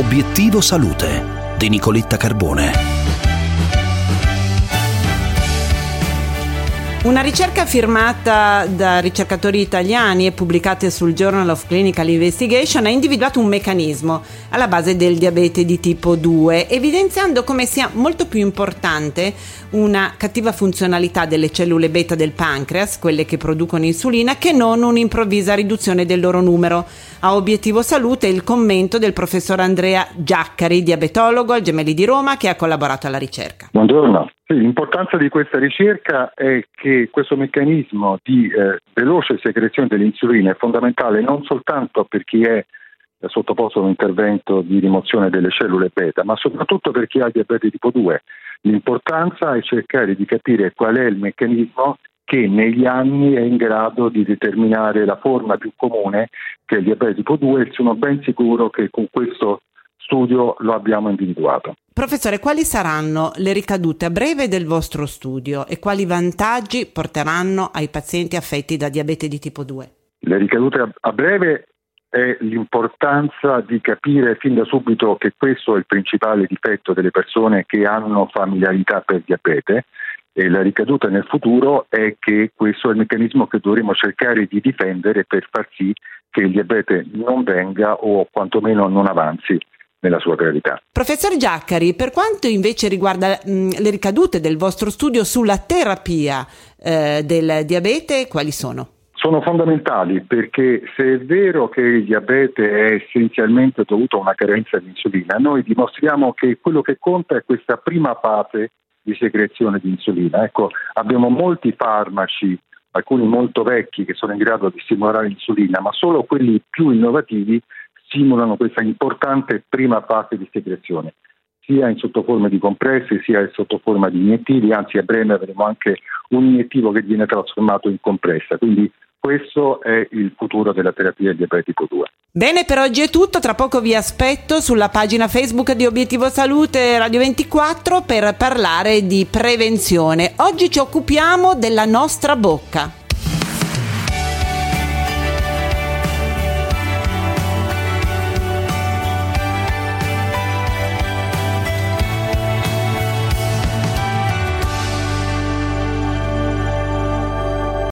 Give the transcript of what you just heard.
Obiettivo Salute di Nicoletta Carbone. Una ricerca firmata da ricercatori italiani e pubblicata sul Journal of Clinical Investigation ha individuato un meccanismo alla base del diabete di tipo 2, evidenziando come sia molto più importante una cattiva funzionalità delle cellule beta del pancreas, quelle che producono insulina, che non un'improvvisa riduzione del loro numero. A Obiettivo Salute il commento del professor Andrea Giaccari, diabetologo al Gemelli di Roma, che ha collaborato alla ricerca. Buongiorno. Sì, l'importanza di questa ricerca è che questo meccanismo di veloce secrezione dell'insulina è fondamentale non soltanto per chi è sottoposto a un intervento di rimozione delle cellule beta, ma soprattutto per chi ha diabete tipo 2. L'importanza è cercare di capire qual è il meccanismo che negli anni è in grado di determinare la forma più comune che è il diabete tipo 2 e sono ben sicuro che con questo studio lo abbiamo individuato. Professore, quali saranno le ricadute a breve del vostro studio e quali vantaggi porteranno ai pazienti affetti da diabete di tipo 2? Le ricadute a breve è l'importanza di capire fin da subito che questo è il principale difetto delle persone che hanno familiarità per diabete, e la ricaduta nel futuro è che questo è il meccanismo che dovremo cercare di difendere per far sì che il diabete non venga o quantomeno non avanzi nella sua gravità. Professor Giaccari, per quanto invece riguarda le ricadute del vostro studio sulla terapia del diabete, quali sono? Sono fondamentali, perché se è vero che il diabete è essenzialmente dovuto a una carenza di insulina, noi dimostriamo che quello che conta è questa prima fase di secrezione di insulina. Ecco, abbiamo molti farmaci, alcuni molto vecchi, che sono in grado di stimolare l'insulina, ma solo quelli più innovativi simulano questa importante prima fase di secrezione, sia in sottoforma di compresse sia in sottoforma di iniettivi, anzi a breve avremo anche un iniettivo che viene trasformato in compressa, quindi questo è il futuro della terapia del diabete tipo 2. Bene, per oggi è tutto, tra poco vi aspetto sulla pagina Facebook di Obiettivo Salute Radio 24 per parlare di prevenzione. Oggi ci occupiamo della nostra bocca.